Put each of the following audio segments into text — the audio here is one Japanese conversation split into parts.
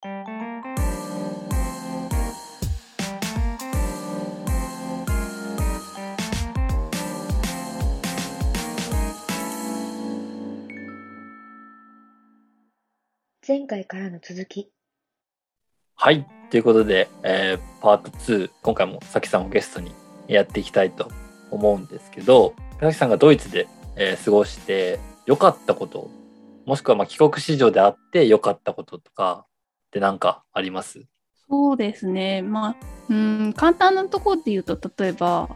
前回からの続き。 はい、ということで、パート2、今回もさきさんをゲストにやっていきたいと思うんですけど、さきさんがドイツで、過ごして良かったこと、もしくは帰国子女であって良かったこととかって何かあります？ そうですね。簡単なところで言うと、例えば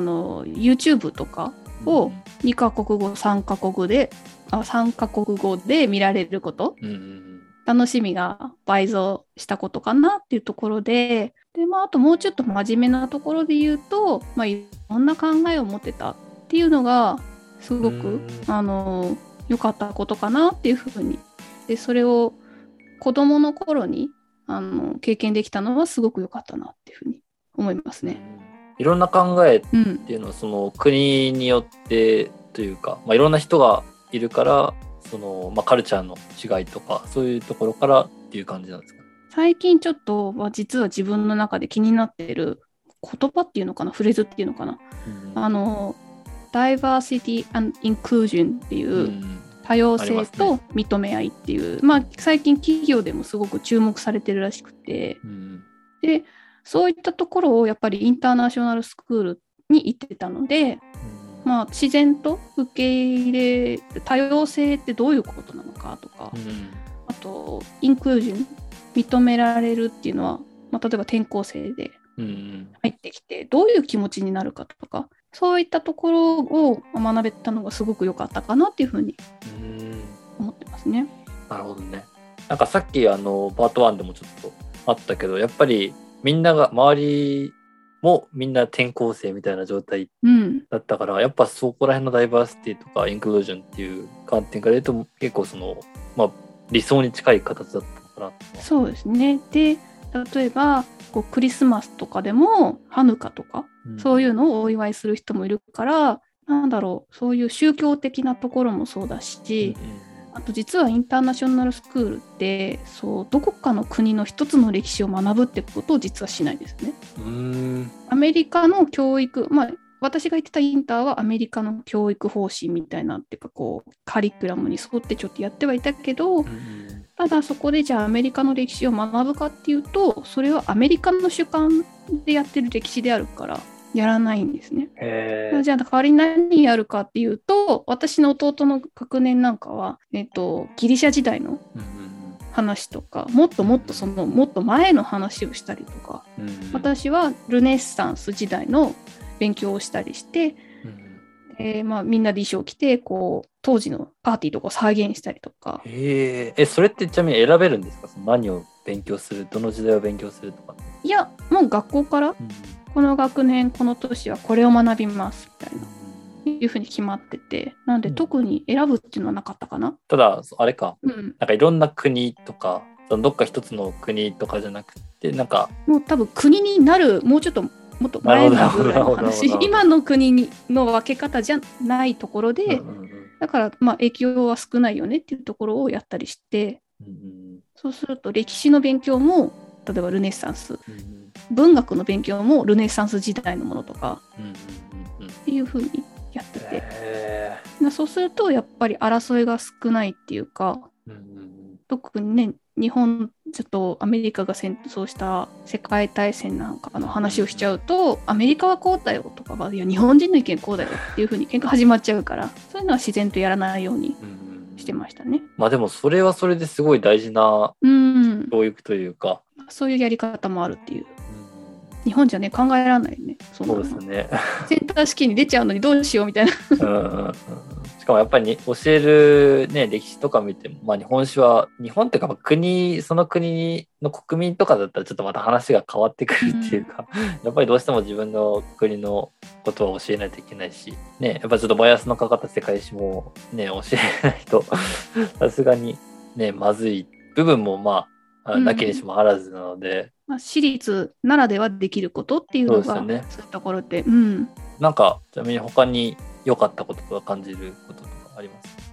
YouTube とかを2カ国語、3カ国語で見られること、楽しみが倍増したことかなっていうところで、あともうちょっと真面目なところで言うと、いろんな考えを持ってたっていうのがすごく良かったことかなっていうふうに。で、それを子供の頃に経験できたのはすごく良かったなっていうふうに思いますね。 いろんな考えっていうのはその国によってというか、いろんな人がいるからその、カルチャーの違いとかそういうところからっていう感じなんですか？ 最近ちょっと実は自分の中で気になっている言葉っていうのかな、フレーズっていうのかな、Diversity and Inclusion っていう、多様性と認め合いっていう、最近企業でもすごく注目されてるらしくて、でそういったところをやっぱりインターナショナルスクールに行ってたので、自然と受け入れ多様性ってどういうことなのかとか、あとインクルージョン、認められるっていうのは、例えば転校生で入ってきてどういう気持ちになるかとか、そういったところを学べたのがすごく良かったかなっていうふうに思ってますね。 なるほどね。なんかさっきパート1でもちょっとあったけど、やっぱりみんなが周りもみんな転校生みたいな状態だったから、やっぱそこら辺のダイバーシティとかインクルージョンっていう観点から言うと結構その、理想に近い形だったのかな。 そうですね。で、例えばクリスマスとかでもハヌカとか、そういうのをお祝いする人もいるから、そういう宗教的なところもそうだし、あと実はインターナショナルスクールってどこかの国の一つの歴史を学ぶってことを実はしないんですね。アメリカの教育、私が言ってたインターはアメリカの教育方針みたいなっていうかカリキュラムに沿ってちょっとやってはいたけど、ただそこでじゃあアメリカの歴史を学ぶかっていうと、それはアメリカの主観でやってる歴史であるからやらないんですね。じゃあ代わりに何やるかっていうと、私の弟の学年なんかは、ギリシャ時代の話とか、もっともっと前の話をしたりとか、私はルネッサンス時代の勉強をしたりして、みんなで衣装を着て当時のパーティーとかを再現したりとか。 それってちなみに選べるんですか？その何を勉強する、どの時代を勉強するとか。 いや、もう学校から、この学年この年はこれを学びますみたいな、いうふうに決まってて、なので特に選ぶっていうのはなかったかな。 ただあれか、なんかいろんな国とかどっか一つの国とかじゃなくて、なんかもう多分国になるもっと前のぐらいの話、今の国の分け方じゃないところで、だから影響は少ないよねっていうところをやったりして、そうすると歴史の勉強も例えばルネッサンス、文学の勉強もルネッサンス時代のものとかっていう風にやってて、そうするとやっぱり争いが少ないっていうか、特にね、日本ちょっとアメリカが戦争した世界大戦なんかの話をしちゃうと、アメリカはこうだよとか、いや日本人の意見こうだよっていう風に喧嘩始まっちゃうから、そういうのは自然とやらないようにしてましたね。 でもそれはそれですごい大事な教育というか、 そういうやり方もあるっていう。日本じゃね考えられないよね。 そうですね。 センター試験に出ちゃうのにどうしようみたいな。 しかもやっぱり教えるね歴史とか見ても、日本史は日本っていうかその国の国民とかだったらちょっとまた話が変わってくるっていうか、やっぱりどうしても自分の国のことは教えないといけないし、ね、やっぱちょっとバイアスのかかった世界史もね教えないとさすがにねまずい部分もなきにしもあらずなので。 私立ならではできることっていうのがそういうところで、 なんかちなみに他に良かったこととか感じることとかあります？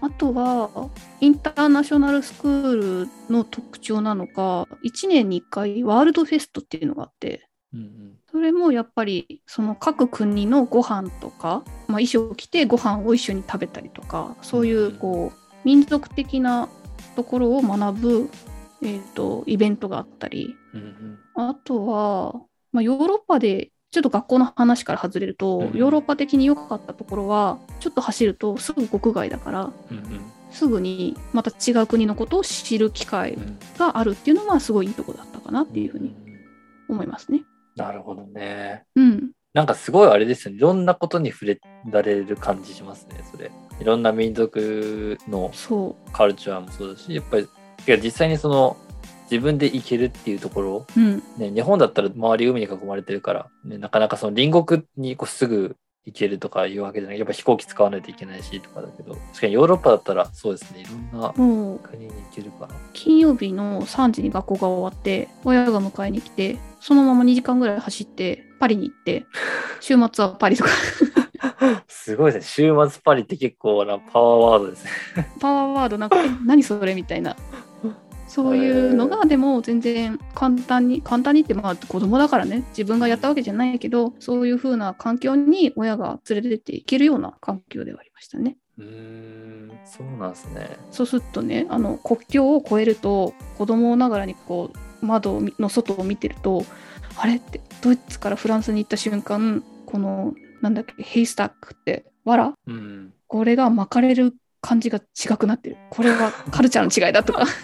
あとはインターナショナルスクールの特徴なのか、1年に1回ワールドフェストっていうのがあって、それもやっぱりその各国のご飯とか、衣装を着てご飯を一緒に食べたりとか、そういう民族的なところを学ぶ、イベントがあったり、あとは、ヨーロッパでちょっと学校の話から外れると、ヨーロッパ的に良かったところはちょっと走るとすぐ国外だから、すぐにまた違う国のことを知る機会があるっていうのはすごいいいとこだったかなっていうふうに思いますね。 なるほどね。 うんなんかすごいあれですよね。いろんなことに触れられる感じしますね、それ。いろんな民族のカルチャーもそうだし、やっぱり実際にその自分で行けるっていうところ、ね、日本だったら周り海に囲まれてるから、ね、なかなかその隣国にすぐ行けるとかいうわけじゃない。やっぱ飛行機使わないといけないしとかだけど、確かにヨーロッパだったらそうですね、いろんな国に行けるから。 金曜日の3時に学校が終わって、親が迎えに来て、そのまま2時間ぐらい走ってパリに行って、週末はパリとかすごいですね。週末パリって結構なパワーワードですね。 パワーワードなんか何それみたいな。そういうのがでも全然簡単にって子供だからね、自分がやったわけじゃないけど、そういう風な環境に親が連れてっていけるような環境ではありましたね。 そうなんですね。 そうするとね、国境を越えると子供ながらに窓の外を見てると、あれってドイツからフランスに行った瞬間、このヘイスタックって藁、これが巻かれる感じが違くなってる。これはカルチャーの違いだとか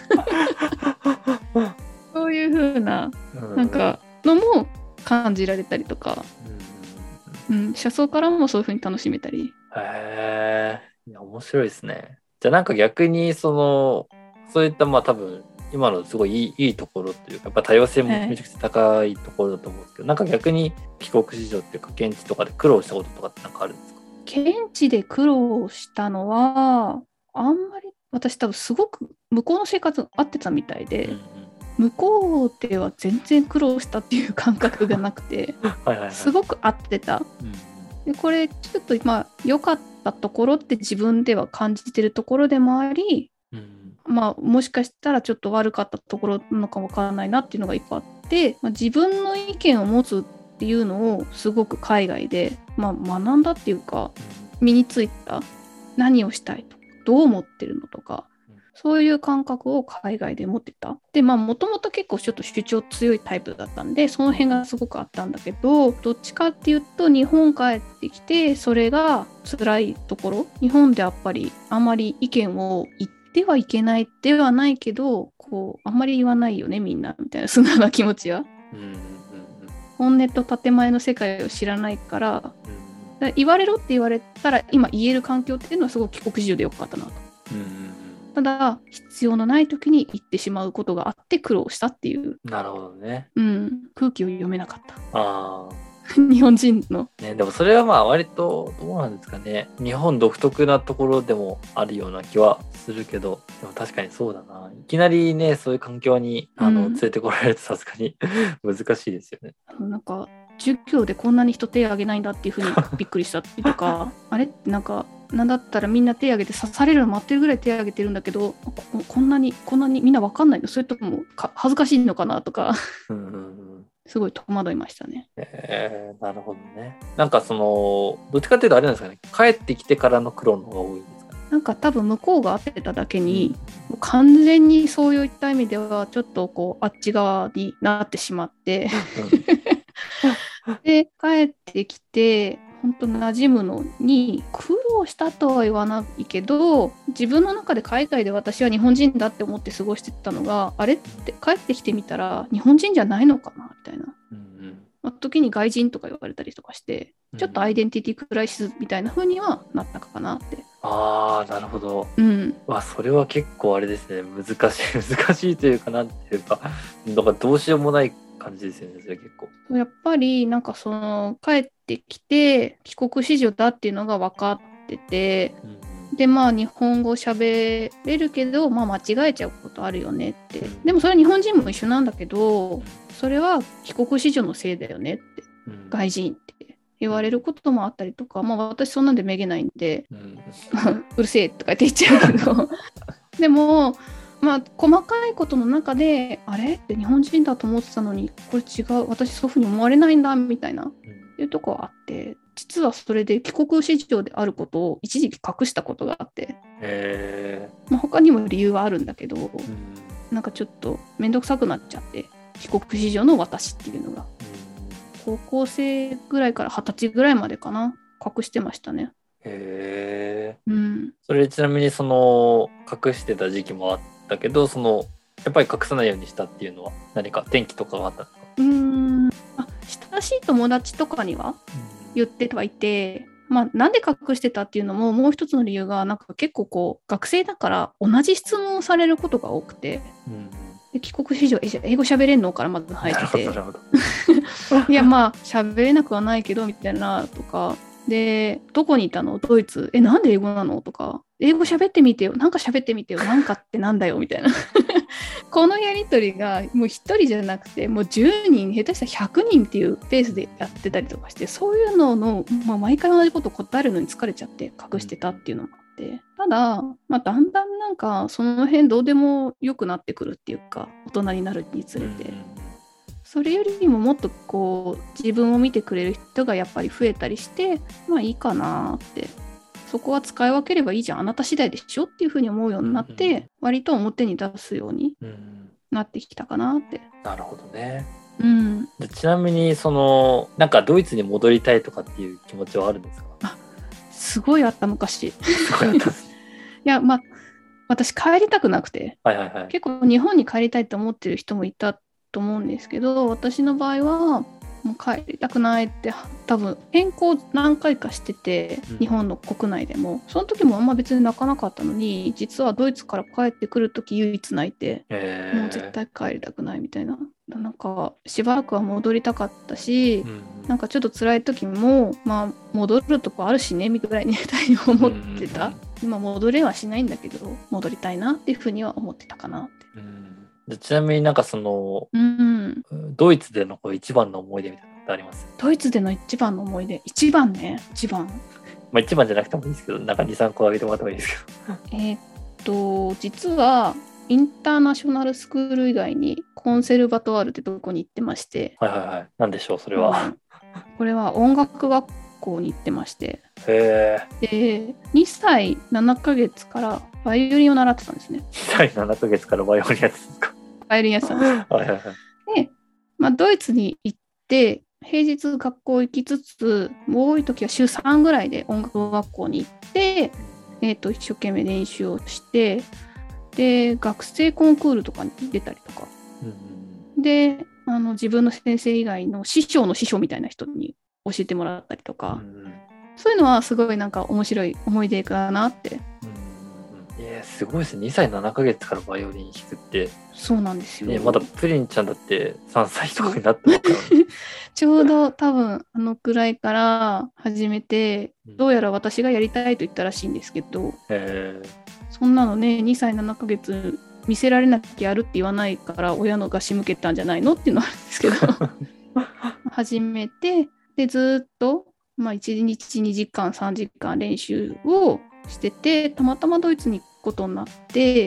そういう風ななんかのも感じられたりとか、車窓からもそういう風に楽しめたり。 いや面白いですね。じゃあなんか逆にそういった多分今のすごいいいところっていうか、やっぱ多様性もめちゃくちゃ高いところだと思うんですけど、なんか逆に帰国子女っていうか現地とかで苦労したこととかってなんかあるんですか？ 現地で苦労したのはあんまり、私多分すごく向こうの生活が合ってたみたいで、向こうでは全然苦労したっていう感覚がなくてすごく合ってた、でこれちょっと良かったところって自分では感じてるところでもあり、もしかしたらちょっと悪かったところなのかもわからないなっていうのが一個あって、自分の意見を持つっていうのをすごく海外で、学んだっていうか身についた。何をしたいとかどう思ってるのとか、そういう感覚を海外で持ってた。でもともと結構ちょっと主張強いタイプだったんで、その辺がすごくあったんだけど、どっちかっていうと日本帰ってきてそれが辛いところ、日本でやっぱりあまり意見を言ってはいけないではないけど、あんまり言わないよねみんなみたいな素直な気持ちは、本音と建前の世界を知らないから、言われろって言われたら今言える環境っていうのはすごく帰国子女でよかったなと。ただ必要のない時に言ってしまうことがあって苦労したっていう。 なるほどね。 空気を読めなかった。日本人の、 ね、でもそれは割とどうなんですかね。日本独特なところでもあるような気はするけど、でも確かにそうだな。いきなりね、そういう環境に連れてこられるとさすがに難しいですよね。 なんか授業でこんなに人手挙げないんだっていうふうにびっくりしたりとかあれってなんだったらみんな手挙げて刺されるの待ってるぐらい手挙げてるんだけど、こんなにみんな分かんないの、それとも恥ずかしいのかなとかすごい戸惑いましたね。 なるほどね。なんかどっちかっていうとあれなんですかね、帰ってきてからの苦労の方が多いんですかね。 なんか多分向こうが合ってただけに、完全にそういった意味ではちょっとあっち側になってしまってで帰ってきて本当馴染むのに苦労したとは言わないけど、自分の中で海外で私は日本人だって思って過ごしてたのが、あれって帰ってきてみたら日本人じゃないのかなみたいな、時に外人とか言われたりとかして、ちょっとアイデンティティクライシスみたいな風にはなったかなって。 なるほど。それは結構あれですね、難しいというか、なんていうか、だからどうしようもない感じですよね、それ結構。 やっぱりなんか帰ってきて帰国子女だっていうのが分かってて、で日本語喋れるけど、間違えちゃうことあるよねって、でもそれは日本人も一緒なんだけど、それは帰国子女のせいだよねって、外人って言われることもあったりとか、まあ私そんなんでめげないんで、 うん。 うるせえとか言って言っちゃうけどでもまあ細かいことの中であれって日本人だと思ってたのにこれ違う、私そういうふうに思われないんだみたいないうとこはあって、実はそれで帰国子女であることを一時期隠したことがあって、まあ、他にも理由はあるんだけど、なんかちょっとめんどくさくなっちゃって、帰国子女の私っていうのが高校生ぐらいから20歳ぐらいまでかな、隠してましたね。 うん、それちなみにその隠してた時期もあったけど、そのやっぱり隠さないようにしたっていうのは何か転機とかがあったんですか？ 親しい友達とかには言ってはいて、まあ、なんで隠してたっていうのももう一つの理由が、なんか結構こう学生だから同じ質問をされることが多くて、で帰国子女英語喋れんのからまず入っていやまあ喋れなくはないけどみたいなとかで、どこにいたのドイツ、なんで英語なのとか、英語喋ってみてよ、なんか喋ってみてよ、なんかってなんだよみたいなこのやり取りがもう1人じゃなくてもう10人下手したら100人っていうペースでやってたりとかして、そういうのの、まあ、毎回同じこと答えるのに疲れちゃって隠してたっていうのもあって、ただ、まあ、だんだんなんかその辺どうでもよくなってくるっていうか、大人になるにつれて、それよりももっとこう自分を見てくれる人がやっぱり増えたりして、まあいいかなって、そこは使い分ければいいじゃん、あなた次第でしょっていうふうに思うようになって、割と表に出すようになってきたかなって。 なるほどね。 ちなみにそのなんかドイツに戻りたいとかっていう気持ちはあるんですか？ すごいあった昔。いやまあ私帰りたくなくて、結構日本に帰りたいと思ってる人もいたと思うんですけど、私の場合はもう帰りたくないって、多分変更何回かしてて、日本の国内でもその時もあんま別に泣かなかったのに、実はドイツから帰ってくる時唯一泣いて、もう絶対帰りたくないみたいな、なんかしばらくは戻りたかったし、なんかちょっと辛い時もまあ戻るとこあるしねみたいに思ってた。今戻れはしないんだけど戻りたいなっていうふうには思ってたかなって。 ちなみになんかその、ドイツでの一番の思い出みたいなのってあります？ ドイツでの一番の思い出、一番まあ一番じゃなくてもいいですけど、なんか 2,3 個挙げてもらってもいいですけど実はインターナショナルスクール以外にコンセルバトワールってとこに行ってまして。 なんでしょうそれは？ これは音楽学校に行ってまして、 で 2歳7ヶ月からバイオリンを習ってたんですね。 2歳7ヶ月からバイオリンやってたんですか？ バイオリンやってたんですで、まあ、ドイツに行って平日学校行きつつ、多い時は週3ぐらいで音楽学校に行って、一生懸命練習をして、で学生コンクールとかに出たりとか、で自分の先生以外の師匠の師匠みたいな人に教えてもらったりとか、そういうのはすごいなんか面白い思い出かなって。 すごいですね。2歳7ヶ月からバイオリン弾くって。 そうなんですよ、 まだプリンちゃんだって3歳とかになってますからちょうど多分くらいから始めて、どうやら私がやりたいと言ったらしいんですけど、そんなのね2歳7ヶ月見せられなきゃやるって言わないから親のが仕向けたんじゃないのっていうのはあるんですけど始めて、でずっと、まあ、1日2時間3時間練習をしてて、たまたまドイツに行くことになって、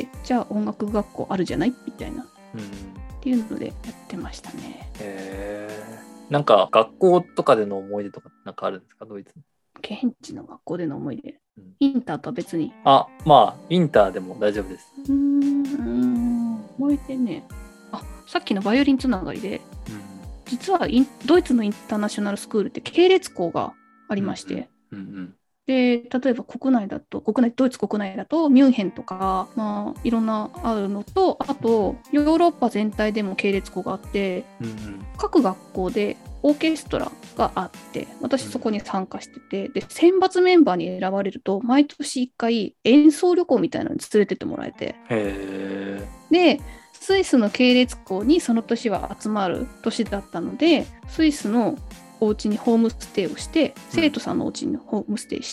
じゃあ音楽学校あるじゃないみたいな、っていうのでやってましたね。 なんか学校とかでの思い出とかなんかあるんですか？ドイツ現地の学校での思い出、インターとは別に。 まあインターでも大丈夫です。 思い出ね。さっきのバイオリンつながりで、実はドイツのインターナショナルスクールって系列校がありまして、で例えばドイツ国内だとミュンヘンとか、まあ、いろんなあるのと、あとヨーロッパ全体でも系列校があって、各学校でオーケストラがあって、私そこに参加してて、で選抜メンバーに選ばれると毎年1回演奏旅行みたいなのに連れてってもらえて、でスイスの系列校にその年は集まる年だったので、スイスのお家にホームステイをして、生徒さんのお家にホームステイして、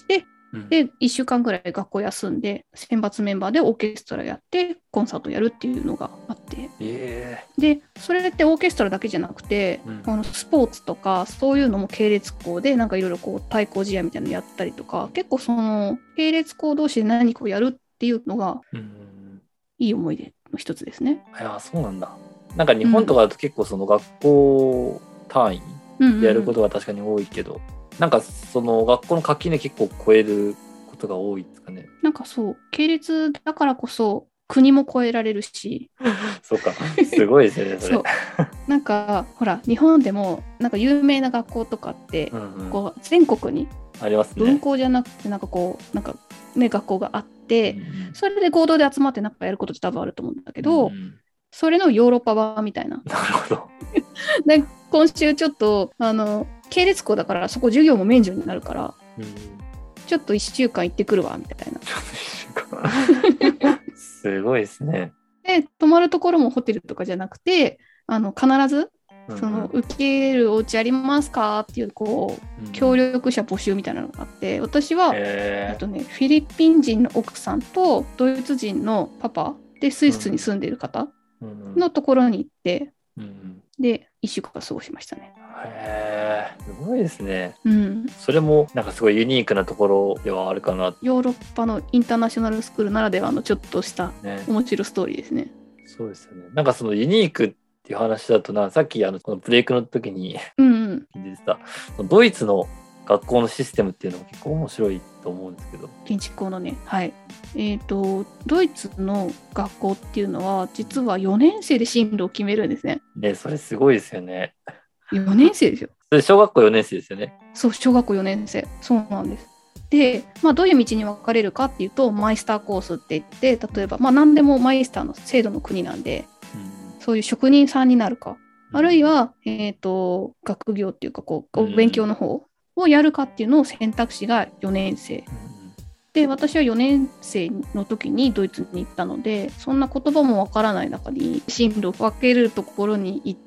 で1週間ぐらい学校休んで選抜メンバーでオーケストラやってコンサートやるっていうのがあって、でそれってオーケストラだけじゃなくて、スポーツとかそういうのも系列校でなんかいろいろこう対抗試合みたいなのやったりとか、結構その系列校同士で何かをやるっていうのがいい思い出の一つですね。 いや、そうなんだ。なんか日本とかだと結構その学校単位でやることが確かに多いけど、なんかその学校の垣根結構超えることが多いですかね。 なんかそう、系列だからこそ国も超えられるしそうか、すごいですよねそれ。 そうなんかほら日本でもなんか有名な学校とかって、こう全国にありますね。 分校じゃなくてなんかこうなんかね学校があって、それで合同で集まってなんかやることって多分あると思うんだけど、それのヨーロッパ版みたいな。 なるほど。 で今週ちょっと系列校だからそこ授業も免除になるから、ちょっと1週間行ってくるわみたいな。 すごいですね。 で泊まるところもホテルとかじゃなくて必ずその受けるお家ありますかっていうこう協力者募集みたいなのがあって、私は、フィリピン人の奥さんとドイツ人のパパでスイスに住んでいる方のところに行って、で1週間過ごしましたね。 すごいですね。 うん、 それもなんかすごいユニークなところではあるかな。 ヨーロッパのインターナショナルスクールならではのちょっとした面白いストーリーですね。 そうですよね。なんかそのユニークっていう話だとさっきこのブレイクの時に聞いてた、ドイツの学校のシステムっていうのも結構面白いと思うんですけど。 建築校のね、はい。ドイツの学校っていうのは実は4年生で進路を決めるんですね。 ね、それすごいですよね。 4年生ですよ。 それ小学校4年生ですよね。 そう、小学校4年生。そうなんです。で、どういう道に分かれるかっていうと、マイスターコースって言って、例えば、何でもマイスターの制度の国なんで、そういう職人さんになるか、あるいは、学業っていうかこう、お勉強の方をやるかっていうのを選択肢が4年生。で、私は4年生の時にドイツに行ったので、そんな言葉も分からない中に進路を分けるところに行って、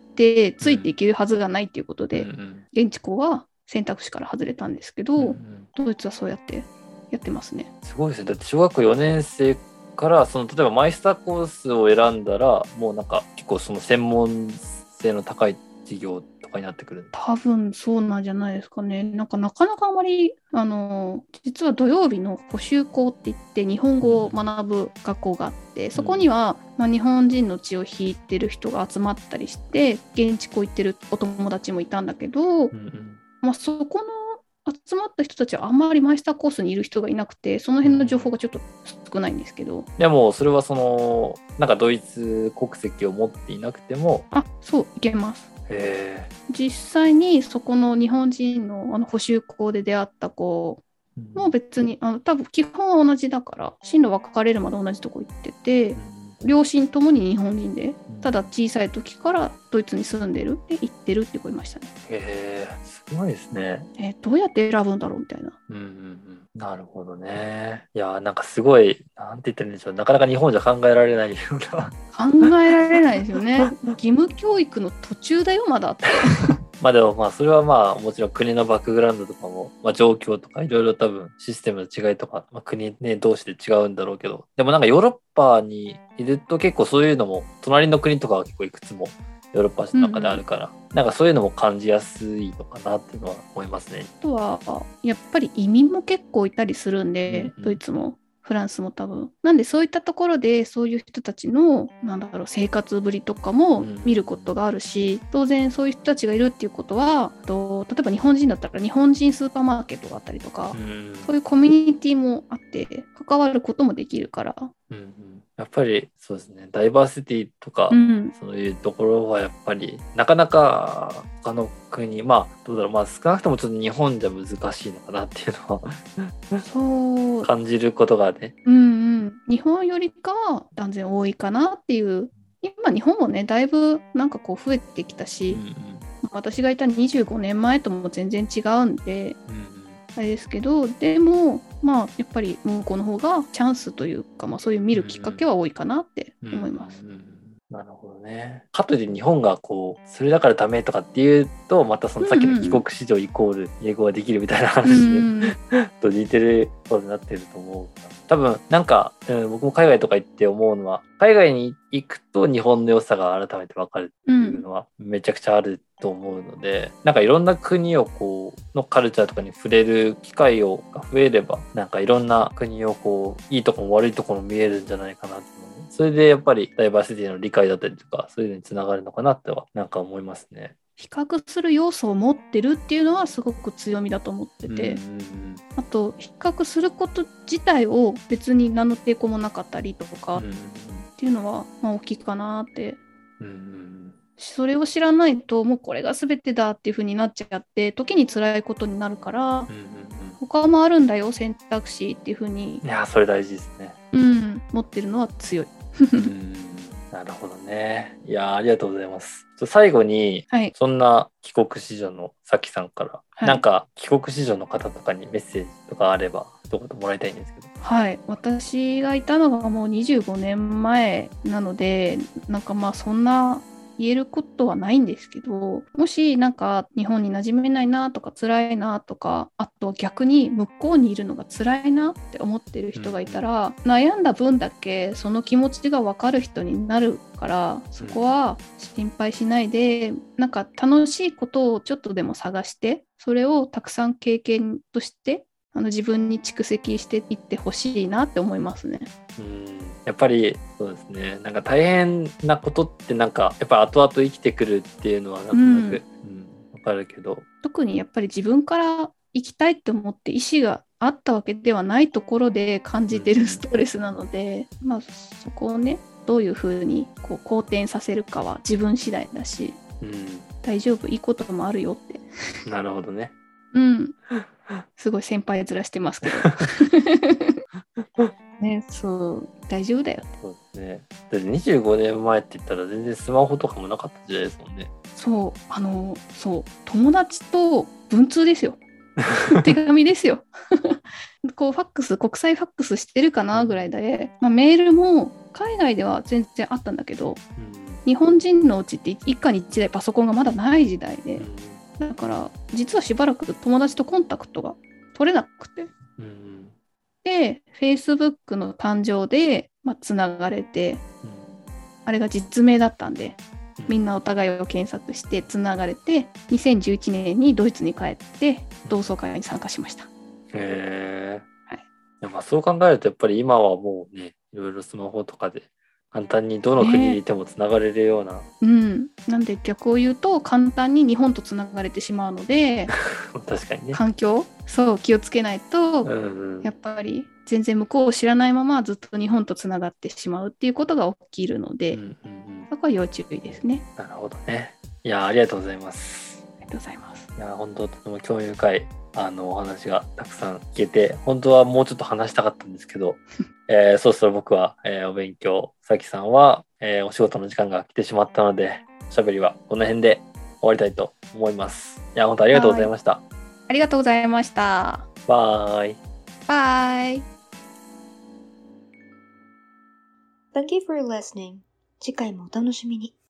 ついていけるはずがないっていうことで、現地校は選択肢から外れたんですけど、ドイツはそうやってやってますね。 すごいですね。だって小学校4年生から例えばマイスターコースを選んだら、もうなんか結構その専門性の高い授業とかになってくる。 多分そうなんじゃないですかね。なかなかあまり実は土曜日の補習校って言って日本語を学ぶ学校があって、そこには、日本人の血を引いてる人が集まったりして現地校行ってるお友達もいたんだけど、そこの集まった人たちはあんまりマイスターコースにいる人がいなくて、その辺の情報がちょっと少ないんですけど。 でもそれはなんかドイツ国籍を持っていなくても。 そういけます。実際にそこの日本人の補習校で出会った子も別に多分基本は同じだから進路分かれるまで同じとこ行ってて、両親ともに日本人で、ただ小さい時からドイツに住んでるで行ってるって子いましたね。 すごいですね。 どうやって選ぶんだろうみたいな。 なるほどね。いやなんかすごいなんて言ったらいいんでしょう。なかなか日本じゃ考えられないような。 考えられないですよね。義務教育の途中だよまだって。 でもそれはもちろん国のバックグラウンドとかも、状況とかいろいろ多分システムの違いとか、国ね同士で違うんだろうけど、でもなんかヨーロッパにいると結構そういうのも隣の国とかは結構いくつもヨーロッパの中であるから、なんかそういうのも感じやすいのかなっていうのは思いますね。 あとはやっぱり移民も結構いたりするんで、ドイツもフランスも多分なんで、そういったところでそういう人たちの生活ぶりとかも見ることがあるし、当然そういう人たちがいるっていうことは例えば日本人だったら日本人スーパーマーケットがあったりとか、そういうコミュニティもあって関わることもできるから、 やっぱりそうですね、ダイバーシティとか、そういうところはやっぱりなかなか他の国、どうだろう、少なくともちょっと日本じゃ難しいのかなっていうのはそう感じることがね。 日本よりかは断然多いかなっていう。今日本もねだいぶなんかこう増えてきたし、私がいた25年前とも全然違うんで、あれですけど、でもやっぱり向こうの方がチャンスというか、そういう見るきっかけは多いかなって思います。 なるほどね。かといって日本がこうそれだからダメとかっていうとまたそのさっきの帰国子女イコール英語ができるみたいな話で、と似てることになってると思う。多分なんか、僕も海外とか行って思うのは海外に行くと日本の良さが改めて分かるっていうのはめちゃくちゃあると思うので、なんかいろんな国をこうのカルチャーとかに触れる機会が増えればなんかいろんな国をこういいとこも悪いとこも見えるんじゃないかなと思う。それでやっぱりダイバーシティの理解だったりとかそういうのにつながるのかなってはなんか思いますね。 比較する要素を持ってるっていうのはすごく強みだと思ってて、あと比較すること自体を別に何の抵抗もなかったりとかっていうのはまあ大きいかなって、それを知らないともうこれが全てだっていう風になっちゃって時に辛いことになるから、他もあるんだよ選択肢っていう風に、 いやそれ大事ですね。 持ってるのは強い。 なるほどね。いやありがとうございます。最後に、 はい、 そんな帰国子女のさきさんから、なんか帰国子女の方とかにメッセージとかあれば一言もらいたいんですけど。 はい、私がいたのがもう25年前なのでなんかまあそんな言えることはないんですけど、もしなんか日本に馴染めないなとか辛いなとか、あと逆に向こうにいるのが辛いなって思ってる人がいたら、悩んだ分だけその気持ちが分かる人になるから、そこは心配しないで、なんか楽しいことをちょっとでも探してそれをたくさん経験として自分に蓄積していってほしいなって思いますね。 やっぱりそうですね。なんか大変なことってなんかやっぱ後々生きてくるっていうのはなんとなくわかるけど、 特にやっぱり自分から行きたいって思って意思があったわけではないところで感じてるストレスなので、まあそこをねどういうふうにこう好転させるかは自分次第だし、大丈夫いいこともあるよって。 なるほどね。 すごい先輩面してますけどね、そう大丈夫だよ。 そうですね。だって25年前って言ったら全然スマホとかもなかった時代ですもんね。 そう友達と文通ですよ手紙ですよこうファックス国際ファックスしてるかなぐらいで、メールも海外では全然あったんだけど、日本人のうちって一家に一台パソコンがまだない時代で、だから実はしばらく友達とコンタクトが取れなくて、で Facebook の誕生でつながれて、あれが実名だったんでみんなお互いを検索してつながれて、2011年にドイツに帰って同窓会に参加しました。 そう考えるとやっぱり今はもうねいろいろスマホとかで簡単にどの国にいてもつながれるような、 なんで逆を言うと簡単に日本とつながれてしまうので確かにね、 環境気をつけないと、やっぱり全然向こうを知らないままずっと日本とつながってしまうっていうことが起きるので、そこは要注意ですね。 なるほどね。いやありがとうございます。 ありがとうございます。 いや本当とても興味深いお話がたくさん聞けて、本当はもうちょっと話したかったんですけどそろそろ僕は、お勉強、さきさんは、お仕事の時間が来てしまったので、おしゃべりはこの辺で終わりたいと思います。いや本当ありがとうございました。 ありがとうございました。 バイ。 バイ。 Thank you for listening. 次回もお楽しみに。